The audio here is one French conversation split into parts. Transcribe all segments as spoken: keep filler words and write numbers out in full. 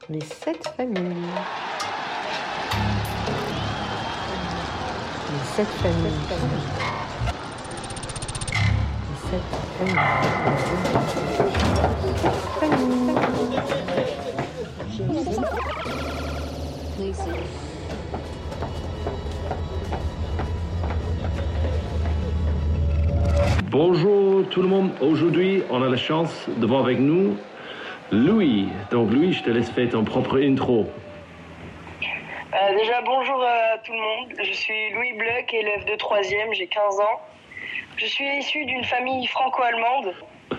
Les sept familles. Les sept familles. Les sept familles. Bonjour tout le monde. Aujourd'hui, on a la chance de voir avec nous Louis. Donc Louis, je te laisse faire ton propre intro. Euh, déjà, bonjour à tout le monde. Je suis Louis Bluck, élève de troisième, j'ai quinze ans. Je suis issu d'une famille franco-allemande.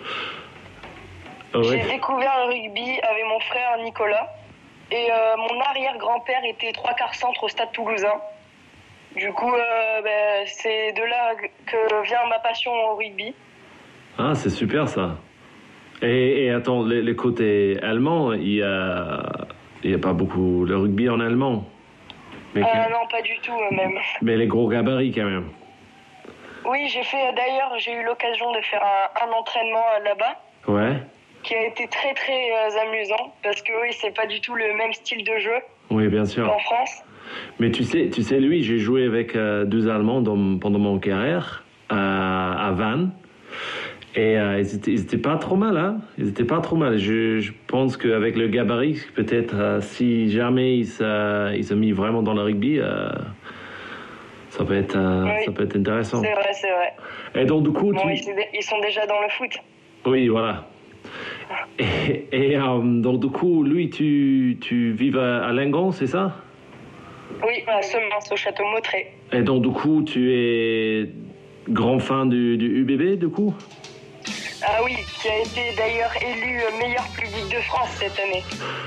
Ah ouais. J'ai découvert le rugby avec mon frère Nicolas. Et euh, mon arrière-grand-père était trois quarts centre au Stade Toulousain. Du coup, euh, ben, c'est de là que vient ma passion au rugby. Ah, c'est super ça. Et, et attends, les, les côtés allemands, il y a, il y a pas beaucoup de rugby en allemand. Mais, euh, quand... Non, pas du tout euh, même. Mais les gros gabarits quand même. Oui, j'ai fait d'ailleurs, j'ai eu l'occasion de faire un, un entraînement là-bas. Ouais. Qui a été très très euh, amusant parce que oui, c'est pas du tout le même style de jeu. Oui, bien sûr. En France. Mais tu sais, tu sais, lui, j'ai joué avec euh, deux Allemands dans, pendant mon carrière euh, à Vannes. Et euh, ils, étaient, ils étaient pas trop mal, hein. Ils étaient pas trop mal. Je, je pense qu'avec le gabarit, peut-être, euh, si jamais ils se, ils se mis vraiment dans le rugby, euh, ça peut être, euh, oui, ça peut être intéressant. C'est vrai, c'est vrai. Et donc, du coup, bon, tu... ils, ils sont déjà dans le foot. Oui, voilà. Et, et euh, donc, du coup, lui, tu, tu vis à, à Lingon, c'est ça? Oui, à Semence, au château Mautré. Et donc, du coup, tu es grand fan du, du U B B, du coup? Ah oui, qui a été d'ailleurs élu meilleur public de France cette année.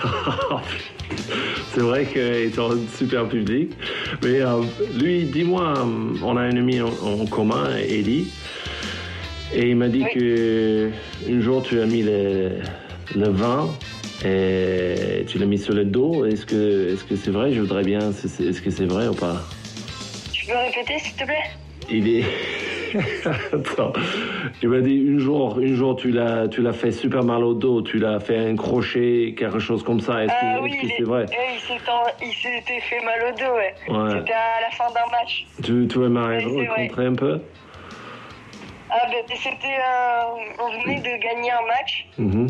C'est vrai qu'ils sont un super public. Mais euh, lui, dis-moi, on a un ami en, en commun, Eddie, et il m'a dit oui. que un jour tu as mis le, le vin et tu l'as mis sur le dos. Est-ce que est-ce que c'est vrai? Je voudrais bien. Est-ce que c'est vrai ou pas? Tu peux répéter, s'il te plaît? Il est. Attends. Il m'a dit un jour, un jour tu l'as, tu l'as fait super mal au dos, tu l'as fait un crochet, quelque chose comme ça. Est-ce ah que, oui, est-ce que il c'est vrai? Eh, il, s'est en, il s'était fait mal au dos, ouais. ouais. C'était à la fin d'un match. Tu, tu veux m'arriver rencontrer un peu? Ah ben c'était, euh, on venait de gagner un match. Mm-hmm.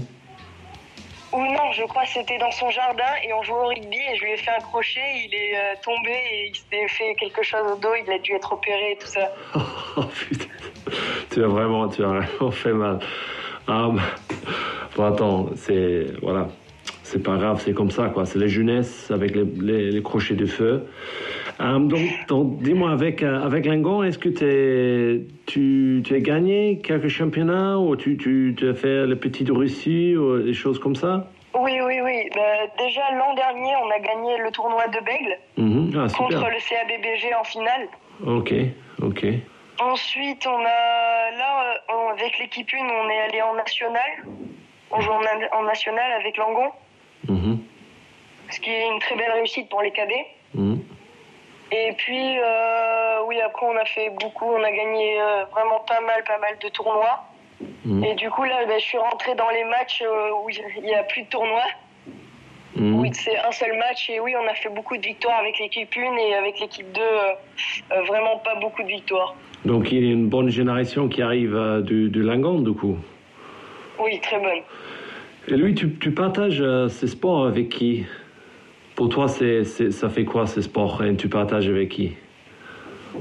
Ou non, je crois que c'était dans son jardin et on jouait au rugby et je lui ai fait un crochet, il est euh, tombé et il s'était fait quelque chose au dos, il a dû être opéré et tout ça. Oh putain, tu as vraiment, tu as vraiment fait mal. Um, bon attends, c'est, voilà, c'est pas grave, c'est comme ça quoi, c'est la jeunesse avec les, les, les crochets de feu. Um, donc, donc dis-moi, avec, euh, avec Lingon, est-ce que t'es, tu, tu as gagné quelques championnats ou tu, tu, tu as fait le petit de Russie ou des choses comme ça? Oui, oui, oui. Bah, déjà, l'an dernier, on a gagné le tournoi de Bègle mm-hmm. ah, contre le C A B B G en finale. Ok, ok. Ensuite, on a, là, on, avec l'équipe une, on est allé en national. On joue en, en national avec Langon. Mm-hmm. Ce qui est une très belle réussite pour les cadets. Mm-hmm. Et puis, euh, oui, après, on a fait beaucoup. On a gagné euh, vraiment pas mal, pas mal de tournois. Mmh. Et du coup, là, ben, je suis rentrée dans les matchs euh, où il n'y a plus de tournois. Mmh. Oui, c'est un seul match. Et oui, on a fait beaucoup de victoires avec l'équipe un et avec l'équipe deux, euh, euh, vraiment pas beaucoup de victoires. Donc, il y a une bonne génération qui arrive euh, du, du Lingon, du coup? Oui, très bonne. Et lui, tu, tu partages euh, ces sports avec qui? Pour toi, c'est, c'est, ça fait quoi ces sports et tu partages avec qui? euh,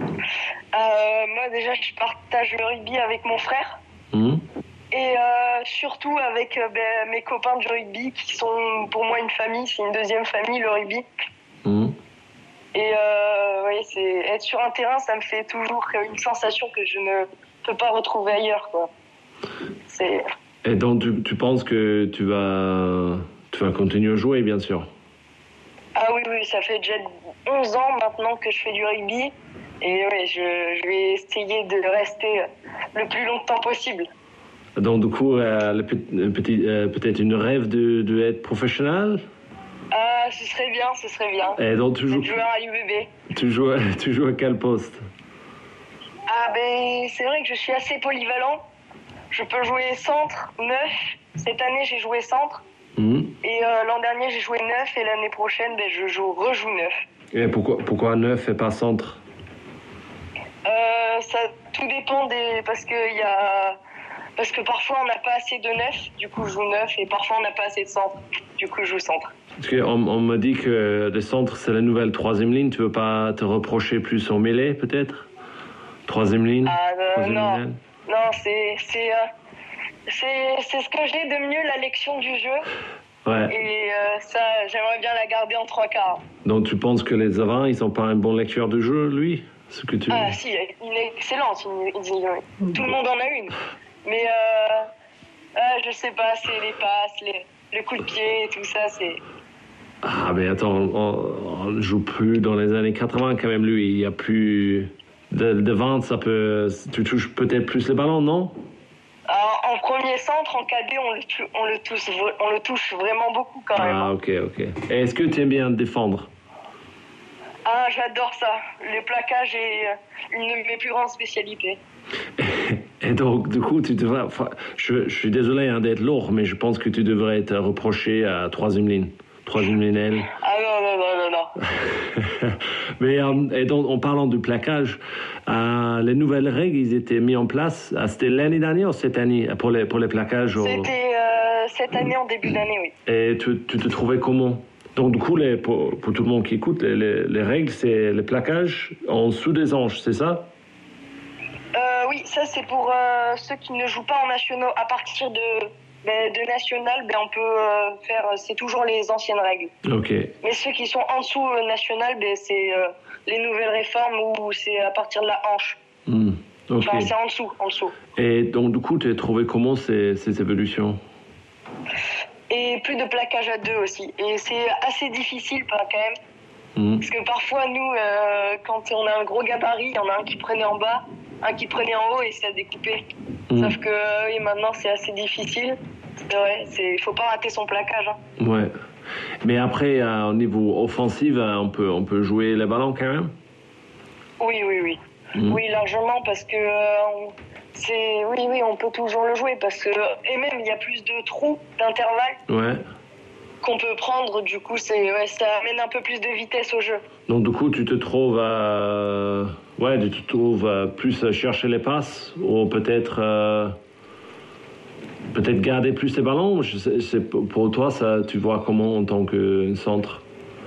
Moi, déjà, je partage le rugby avec mon frère. Mmh. Et euh, surtout avec euh, ben, mes copains du rugby qui sont pour moi une famille, c'est une deuxième famille, le rugby. Mmh. Et euh, oui, c'est, être sur un terrain, ça me fait toujours une sensation que je ne peux pas retrouver ailleurs, quoi. C'est... Et donc, tu, tu penses que tu vas, tu vas continuer à jouer, bien sûr? Ah oui, oui, ça fait déjà onze ans maintenant que je fais du rugby. Et oui, je, je vais essayer de rester le plus longtemps possible. Donc, du coup, euh, le petit, euh, peut-être une rêve de, de être professionnel? Ah, ce serait bien, ce serait bien. Et donc, tu joues... joueur à l'U B B. Tu joues, tu joues à quel poste? Ah ben, c'est vrai que je suis assez polyvalent. Je peux jouer centre, neuf. Cette année, j'ai joué centre. Mmh. Et euh, l'an dernier, j'ai joué neuf et l'année prochaine, ben, je joue, rejoue neuf. Et pourquoi, pourquoi neuf et pas centre? euh, Ça tout dépend des... Parce que, y a... Parce que parfois, on n'a pas assez de neuf, du coup, je joue neuf. Et parfois, on n'a pas assez de centre, du coup, je joue centre. Parce qu'on on me dit que le centre, c'est la nouvelle troisième ligne. Tu veux pas te reprocher plus en mêlée, peut-être? Troisième ligne Ah euh, troisième non, ligne. non, c'est... c'est euh... C'est, c'est ce que j'ai de mieux, la lection du jeu. Ouais. Et euh, ça, j'aimerais bien la garder en trois quarts. Donc tu penses que les avants, ils n'ont pas un bon lecteur de jeu, lui? Ce que tu... Ah si, une excellente. Une, une, tout le monde en a une. Mais euh, euh, je sais pas, c'est les passes, les, le coup de pied et tout ça, c'est... Ah mais attends, on ne joue plus dans les années quatre-vingts quand même, lui. Il n'y a plus... De, de vente, ça peut... Tu touches peut-être plus les ballons, non? Alors, en premier centre, en cadet, on le, on, le touche, on le touche vraiment beaucoup quand même. Ah, ok, ok. Et est-ce que tu aimes bien défendre? Ah, j'adore ça. Le plaquage est une de mes plus grandes spécialités. Et donc, du coup, tu devrais... Enfin, je, je suis désolé hein, d'être lourd, mais je pense que tu devrais être reproché à troisième ligne. Troisième ligne L. Ah non, non, non, non, non. Mais euh, et donc, en parlant du plaquage, euh, les nouvelles règles, ils étaient mis en place. Euh, c'était l'année dernière ou cette année pour les, pour les plaquages? C'était euh, cette année, en début d'année, oui. Et tu, tu te trouvais comment? Donc, du coup, les, pour, pour tout le monde qui écoute, les, les, les règles, c'est les plaquages en dessous des anges, c'est ça? euh, Oui, ça, c'est pour euh, ceux qui ne jouent pas en nationaux. À partir de... Ben, de national, ben, on peut euh, faire, c'est toujours les anciennes règles. Ok. Mais ceux qui sont en dessous euh, national, ben, c'est euh, les nouvelles réformes où c'est à partir de la hanche. Mm. Okay. Enfin, c'est en dessous, en dessous. Et donc, du coup, tu as trouvé comment ces, ces évolutions? Et plus de plaquage à deux aussi. Et c'est assez difficile quand même. Mm. Parce que parfois, nous, euh, quand on a un gros gabarit, il y en a un qui prenait en bas, un qui prenait en haut et ça découpait. Mm. Sauf que euh, oui, maintenant, c'est assez difficile. Ouais, il ne faut pas rater son plaquage. Hein. Ouais. Mais après, euh, au niveau offensif, euh, on, peut, on peut jouer les ballons quand même? Oui, oui, oui. Mmh. Oui, largement, parce que euh, c'est, oui, oui, on peut toujours le jouer. Parce que, et même, il y a plus de trous d'intervalle ouais. qu'on peut prendre. Du coup, c'est, ouais, ça amène un peu plus de vitesse au jeu. Donc, du coup, tu te trouves, euh, ouais, tu te trouves euh, plus à chercher les passes ou peut-être... Euh... Peut-être garder plus les ballons. Je sais, c'est, pour toi, ça, tu vois comment en tant que centre?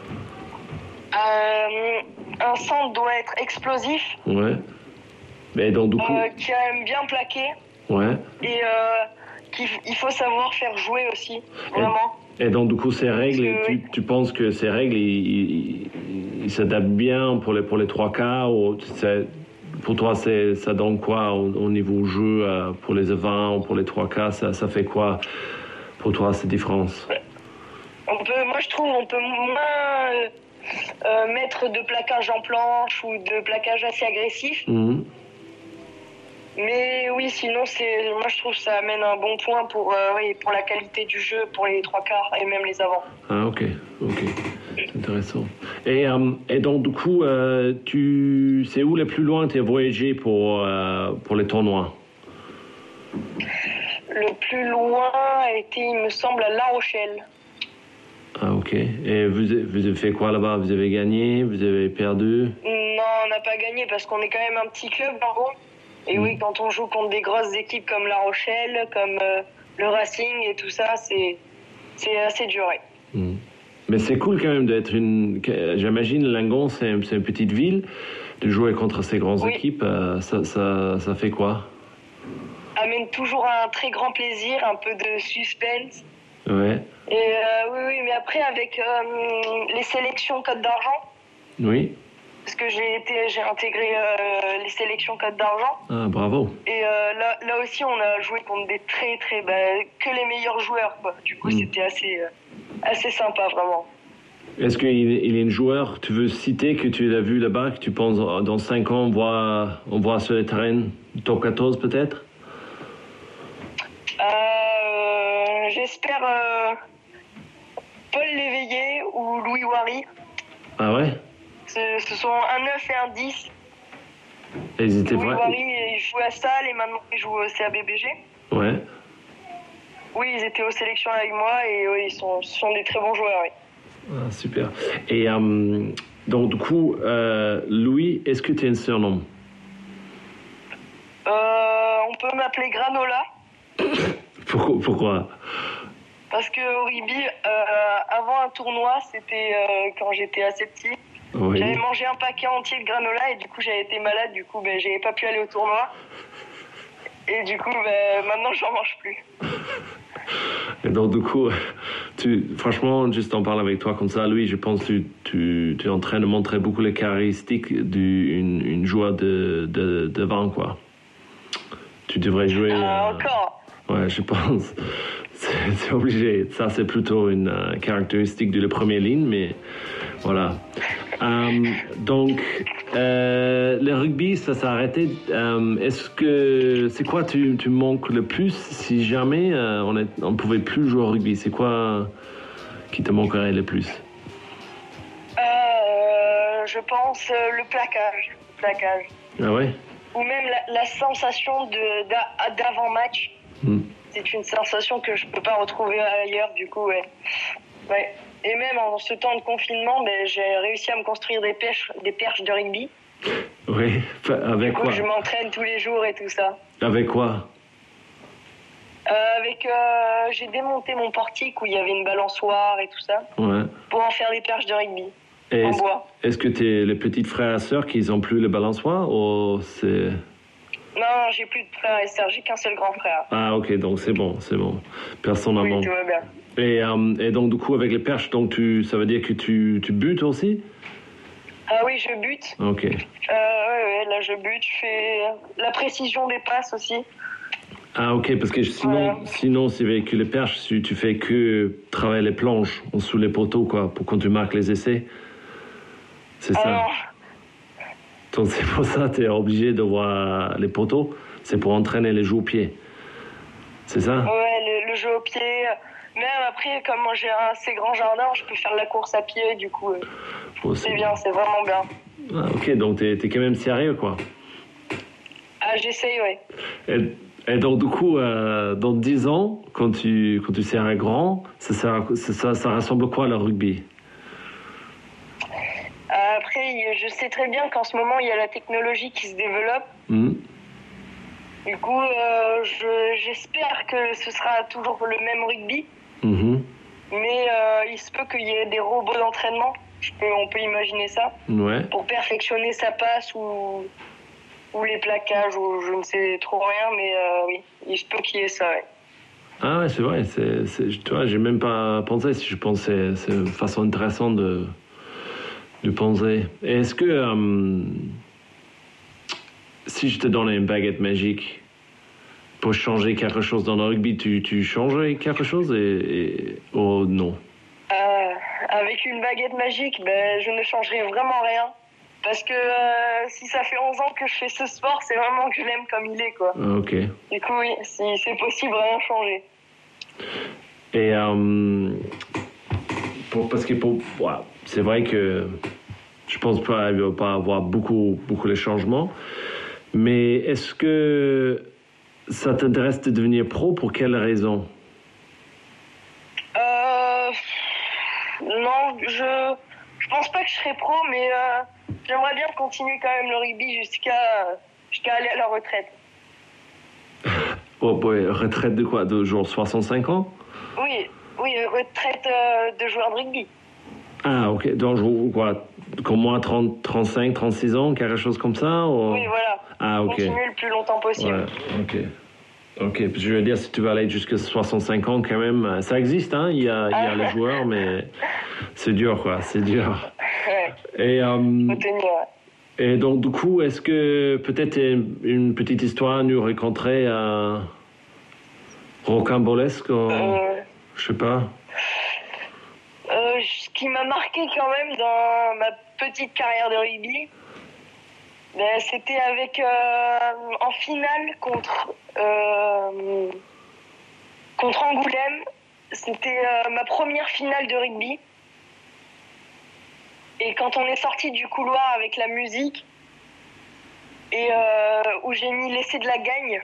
euh, Un centre doit être explosif. Ouais. Mais donc, du coup... Euh, qui aime bien plaquer. Ouais. Et euh, qu'il il faut savoir faire jouer aussi, vraiment. Et, et donc, du coup, ces règles, que, tu, oui. tu penses que ces règles, ils, ils, ils s'adaptent bien pour les, pour les trois quarts ou c'est... Pour toi, c'est, ça donne quoi au, au niveau jeu euh, pour les vingt ou pour les trois quarts? Ça, ça fait quoi pour toi, ces différences? On peut, moi, je trouve on peut moins euh, euh, mettre de plaquage en planche ou de plaquage assez agressif. Mmh. Mais oui, sinon, c'est, moi, je trouve que ça amène un bon point pour, euh, oui, pour la qualité du jeu, pour les trois quarts et même les avants. Ah, ok, ok. C'est intéressant. Et, euh, et donc, du coup, euh, tu, c'est où le plus loin tu as voyagé pour, euh, pour les tournois? Le plus loin a été, il me semble, à La Rochelle. Ah, ok. Et vous, vous avez fait quoi là-bas? Vous avez gagné? Vous avez perdu? Non, on n'a pas gagné parce qu'on est quand même un petit club, en gros. Et mmh. oui, quand on joue contre des grosses équipes comme La Rochelle, comme euh, le Racing et tout ça, c'est, c'est assez dur, ouais. Mmh. Mais c'est cool quand même d'être une... J'imagine, Langon, c'est, c'est une petite ville. De jouer contre ces grandes oui. équipes, euh, ça, ça, ça fait quoi? Amène toujours un très grand plaisir, un peu de suspense. Ouais. Et euh, oui, oui, mais après, avec euh, les sélections Côte d'Argent. Oui. Parce que j'ai, été, j'ai intégré euh, les sélections Côte d'Argent. Ah, bravo. Et euh, là, là aussi, on a joué contre des très, très... Bah, que les meilleurs joueurs, quoi. Du coup, mmh. c'était assez... Euh, assez sympa, vraiment. Est-ce qu'il il y a un joueur, tu veux citer, que tu as vu là-bas, que tu penses dans cinq ans, on voit, on voit sur les terrains, top quatorze peut-être? euh, J'espère euh, Paul Léveillé ou Louis Wary. Ah ouais? Ce, ce sont un neuf et un dix. Et ils étaient Louis vrais... Wary, il joue à Salle et maintenant il joue au C A B B G. Ouais. Oui, ils étaient aux sélections avec moi et oui, ils sont, ce sont des très bons joueurs, oui. Ah, super. Et euh, donc, du coup, euh, Louis, est-ce que tu as un surnom? Euh, on peut m'appeler Granola. Pourquoi, pourquoi? Parce que au rugby, euh, avant un tournoi, c'était euh, quand j'étais assez petit. Oui. J'avais mangé un paquet entier de granola et du coup j'avais été malade, du coup ben, j'avais pas pu aller au tournoi. Et du coup ben, maintenant j'en mange plus. Et donc, du coup, tu, franchement, juste en parler avec toi comme ça, Louis, je pense que tu, tu, tu es en train de montrer beaucoup les caractéristiques d'une une joueur de, de, de vent, quoi. Tu devrais jouer... Euh, euh, encore. Ouais, je pense. C'est, c'est obligé. Ça, c'est plutôt une euh, caractéristique de la première ligne, mais voilà. Euh, donc, euh, le rugby, ça s'est arrêté. Euh, est-ce que c'est quoi tu, tu manques le plus si jamais euh, on ne pouvait plus jouer au rugby? C'est quoi qui te manquerait le plus? Euh, je pense euh, le plaquage. Le plaquage. Ah ouais? Ou même la, la sensation de, d'a- d'avant-match. Hmm. C'est une sensation que je peux pas retrouver ailleurs, du coup, ouais. Ouais. Et même en ce temps de confinement, ben, j'ai réussi à me construire des perches, des perches de rugby. Oui, avec Du coup, quoi? je m'entraîne tous les jours et tout ça. Avec quoi? Euh, avec, euh, j'ai démonté mon portique où il y avait une balançoire et tout ça Ouais. pour en faire des perches de rugby Et en est-ce, bois. est-ce que tes les petites frères et sœurs qui ont plus le balançoire ou c'est... Non, j'ai plus de frères et sœurs, j'ai qu'un seul grand frère. Ah ok, donc c'est bon, c'est bon. Personne n'a Oui, manque. tout va bien. Et, euh, et donc du coup avec les perches, donc tu, ça veut dire que tu, tu butes aussi? Ah oui, je bute. Ok. Euh, ouais, ouais, là je bute, je fais la précision des passes aussi. Ah ok, parce que sinon, Ouais. sinon si avec les perches, tu, tu fais que travailler les planches en sous les poteaux quoi, pour quand tu marques les essais. C'est ça. Alors, Donc c'est pour ça que tu es obligé de voir les poteaux. C'est pour entraîner les joues au pied. C'est ça? ouais, le, le jeu au pied. Même après, comme moi j'ai un assez grand jardin, je peux faire de la course à pied, du coup. euh, Oh, C'est bien, c'est vraiment bien. Ah, ok, donc tu es quand même sérieux quoi. Ah, j'essaye, ouais. Et, et donc du coup, euh, dans dix ans, quand tu, quand tu seras grand, ça, sera- ça, ça, ça ressemble à quoi le rugby? Après, je sais très bien qu'en ce moment, il y a la technologie qui se développe. Hmm. Du coup, euh, je- j'espère que ce sera toujours le même rugby. Mhm. Mais euh, il se peut qu'il y ait des robots d'entraînement. Je peux, on peut imaginer ça. Ouais. Pour perfectionner sa passe ou, ou les plaquages ou je ne sais trop rien. Mais euh, oui, il se peut qu'il y ait ça, ouais. Ah ouais, c'est vrai. C'est, c'est, tu vois, j'ai même pas pensé. Si je pensais, c'est une façon intéressante de, de penser. Et est-ce que euh, si je te donnais une baguette magique pour changer quelque chose dans le rugby, tu, tu changerais quelque chose et, et oh non. Euh, avec une baguette magique, ben, je ne changerai vraiment rien. Parce que euh, si ça fait onze ans que je fais ce sport, c'est vraiment que je l'aime comme il est, quoi. Ah, ok. Du coup, oui, si c'est possible, rien changer. Et euh, pour, parce que pour, ouais, c'est vrai que je pense pas il va pas avoir beaucoup beaucoup de changements. Mais est-ce que ça t'intéresse de devenir pro? Pour quelle raison? Euh, non, je je pense pas que je serai pro, mais euh, j'aimerais bien continuer quand même le rugby jusqu'à jusqu'à aller à la retraite. Oh, ouais, retraite de quoi? De genre soixante-cinq ans? Oui, oui, retraite euh, de joueur de rugby. Ah, ok. Donc, je- quoi? Comme moi, trente, trente-cinq, trente-six ans, quelque chose comme ça? Ou... Oui, voilà. Ah, ok. Continuer le plus longtemps possible. Ouais, ok. Ok, je veux dire, si tu veux aller jusqu'à soixante-cinq ans, quand même, ça existe, hein? Il y a, il y a les joueurs, mais c'est dur, quoi. C'est dur. Ouais, Et, euh, faut tenir. et donc, du coup, est-ce que peut-être une, une petite histoire nous raconterait à rocambolesque? ou- Euh, Je sais pas. euh, ce qui m'a marqué quand même dans ma petite carrière de rugby, ben, c'était avec euh, en finale contre euh, contre Angoulême. C'était euh, ma première finale de rugby. Et quand on est sorti du couloir avec la musique et euh, où j'ai mis l'essai de la gagne,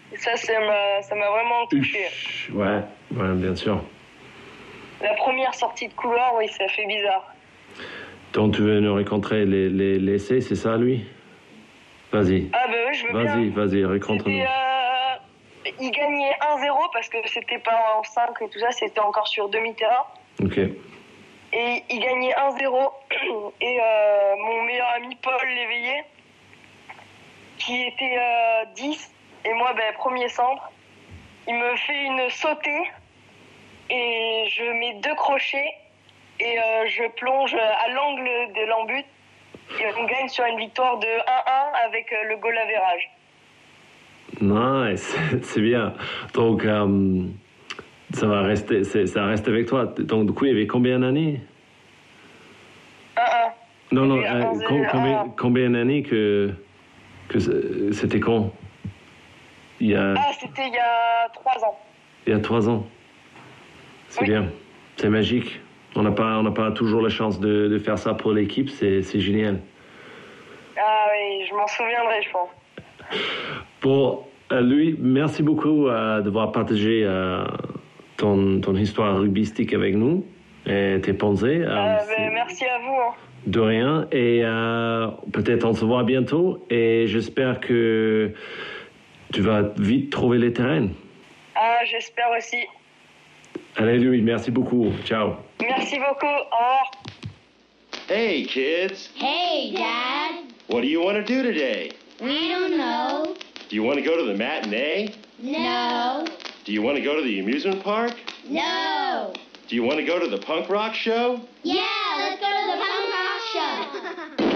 Et ça, ça m'a, ça m'a vraiment touché. Ouais, ouais, bien sûr. La première sortie de couloir, oui, ça fait bizarre. Donc tu veux nous rencontrer les, les, l'essai, c'est ça, lui? Vas-y. Ah bah oui, je veux bien. Vas-y, vas-y, raconte-nous. Euh, il gagnait un zéro parce que c'était pas en cinq et tout ça, c'était encore sur demi-terrain. Ok. Et il gagnait un zéro. Et euh, mon meilleur ami Paul Léveillé, qui était euh, dix, et moi, ben, premier centre, il me fait une sautée et je mets deux crochets et euh, je plonge à l'angle de l'embut et on gagne sur une victoire de un un avec le goal average. Nice, c'est bien. Donc, euh, ça va rester, c'est, ça reste avec toi. Donc, du coup, il y avait combien d'années? un un. Non, non, Et euh, un com- zéro, combien, un un. combien d'années que, que c'est- c'était quand? Il y a, Ah, c'était il y a trois ans. il y a trois ans. C'est Oui. bien, c'est magique. On n'a pas, on n'a pas toujours la chance de, de faire ça pour l'équipe, c'est, c'est génial. Ah oui, je m'en souviendrai, je pense. Bon, euh, Louis, merci beaucoup euh, d'avoir partagé euh, ton, ton histoire rugbystique avec nous et tes pensées. Euh, Euh, c'est- ben, merci à vous. Hein. De rien. Et euh, peut-être on se voit bientôt. Et j'espère que tu vas vite trouver les terrains. Ah, j'espère aussi. Allez, Louis, merci beaucoup. Ciao. Merci beaucoup. Au revoir. Hey, kids. Hey, Dad. What do you want to do today? We don't know. Do you want to go to the matinee? No. Do you want to go to the amusement park? No. Do you want to go to the punk rock show? Yeah, let's go to the punk rock show.